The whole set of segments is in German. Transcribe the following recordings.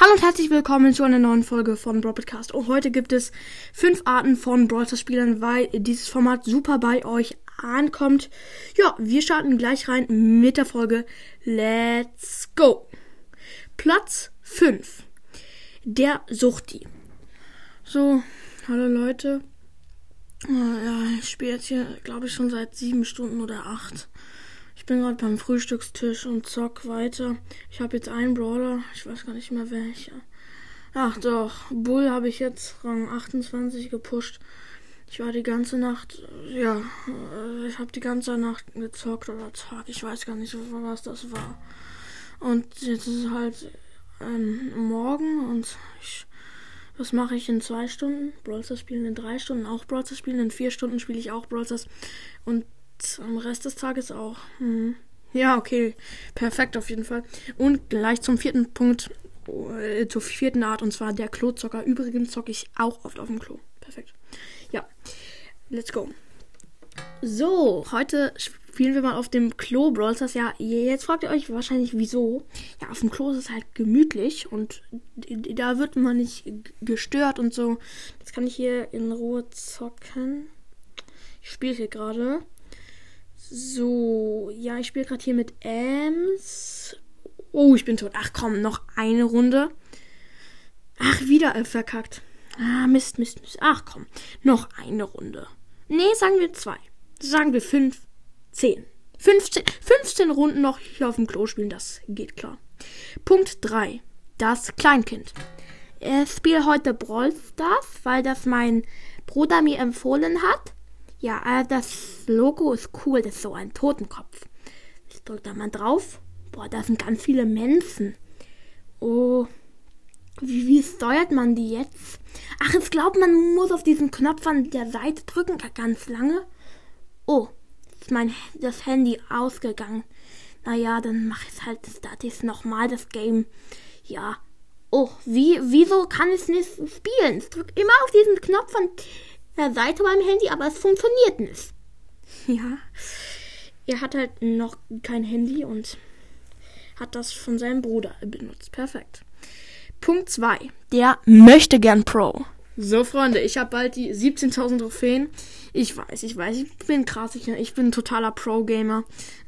Hallo und herzlich willkommen zu einer neuen Folge von Brawl Podcast. Und heute gibt es 5 Arten von Brawl Stars Spielern, weil dieses Format super bei euch ankommt. Ja, wir starten gleich rein mit der Folge. Let's go! Platz 5. Der Suchti. So, hallo Leute. Ja, ich spiele jetzt hier, glaube ich, schon seit 7 Stunden oder 8. Ich bin gerade beim Frühstückstisch und zock weiter. Ich habe jetzt einen Brawler. Ich weiß gar nicht mehr welcher. Ach doch, Bull habe ich jetzt Rang 28 gepusht. Ich war die ganze Nacht, ich habe die ganze Nacht gezockt oder Tag. Ich weiß gar nicht, was das war. Und jetzt ist es halt morgen und was mache ich in 2 Stunden? Brawl Stars spielen in 3 Stunden, auch Brawl Stars spielen. In 4 Stunden spiele ich auch Brawl Stars. Und am Rest des Tages auch. Ja, okay. Perfekt auf jeden Fall. Und gleich zum 4. Punkt, zur 4. Art, und zwar der Klozocker. Übrigens zocke ich auch oft auf dem Klo. Perfekt. Ja, let's go. So, heute spielen wir mal auf dem Klo Brawl Stars. Ja, jetzt fragt ihr euch wahrscheinlich, wieso. Ja, auf dem Klo ist es halt gemütlich und da wird man nicht gestört und so. Jetzt kann ich hier in Ruhe zocken. Ich spiele hier gerade. So, ja, ich spiele gerade hier mit Ems. Oh, ich bin tot. Ach komm, noch eine Runde. Ach, wieder verkackt. Ah, Mist. Ach komm, noch eine Runde. Nee, sagen wir 2. Sagen wir 5, 10. 15 Runden noch hier auf dem Klo spielen, das geht klar. Punkt 3. Das Kleinkind. Ich spiele heute Brawl Stars, weil das mein Bruder mir empfohlen hat. Ja, das Logo ist cool, das ist so ein Totenkopf. Ich drücke da mal drauf. Boah, da sind ganz viele Menschen. Oh, wie steuert man die jetzt? Ach, ich glaube, man muss auf diesen Knopf an der Seite drücken, ganz lange. Oh, ist das Handy ausgegangen. Naja, dann mache ich es halt, starte ich nochmal das Game. Ja. Oh, wieso kann ich es nicht spielen? Ich drücke immer auf diesen Knopf an der Seite beim Handy, aber es funktioniert nicht. Ja, er hat halt noch kein Handy und hat das von seinem Bruder benutzt. Perfekt. Punkt 2. Der Möchtegern Pro. So, Freunde, ich habe bald die 17.000 Trophäen. Ich weiß, ich bin krass, ich bin ein totaler Pro-Gamer.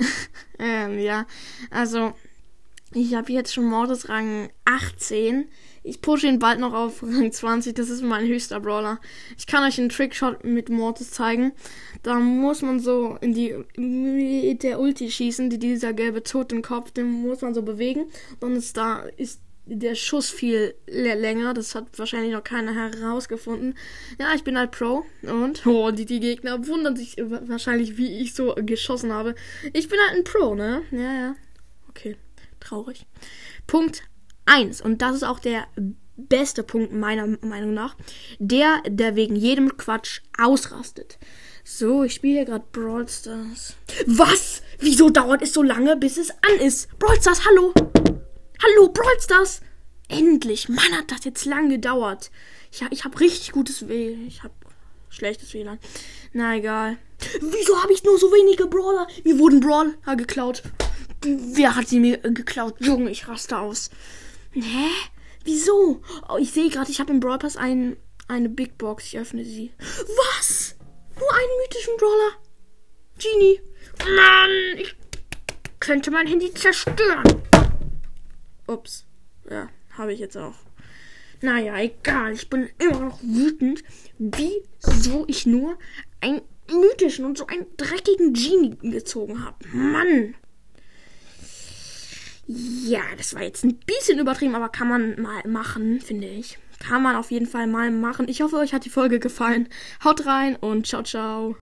Ja, also ich habe jetzt schon Mortis Rang 18. Ich pushe ihn bald noch auf Rang 20. Das ist mein höchster Brawler. Ich kann euch einen Trickshot mit Mortis zeigen. Da muss man so mit der Ulti schießen, dieser gelbe Totenkopf, den muss man so bewegen. Und ist der Schuss viel länger. Das hat wahrscheinlich noch keiner herausgefunden. Ja, ich bin halt Pro. Und die Gegner wundern sich wahrscheinlich, wie ich so geschossen habe. Ich bin halt ein Pro, ne? Ja. Okay. Traurig. Punkt 1. Und das ist auch der beste Punkt meiner Meinung nach. Der wegen jedem Quatsch ausrastet. So, ich spiele hier gerade Brawl Stars. Was? Wieso dauert es so lange, bis es an ist? Brawl Stars, hallo? Hallo, Brawl Stars? Endlich. Mann, hat das jetzt lang gedauert. Ich habe richtig gutes WLAN. Ich habe schlechtes WLAN. Na, egal. Wieso habe ich nur so wenige Brawler? Mir wurden Brawler geklaut. Wer hat sie mir geklaut? Junge, ich raste aus. Hä? Wieso? Oh, ich sehe gerade, ich habe im Brawl Pass eine Big Box. Ich öffne sie. Was? Nur einen mythischen Brawler? Genie. Mann, ich könnte mein Handy zerstören. Ups. Ja, habe ich jetzt auch. Naja, egal. Ich bin immer noch wütend, wieso ich nur einen mythischen und so einen dreckigen Genie gezogen habe. Mann. Ja, das war jetzt ein bisschen übertrieben, aber kann man mal machen, finde ich. Kann man auf jeden Fall mal machen. Ich hoffe, euch hat die Folge gefallen. Haut rein und ciao, ciao.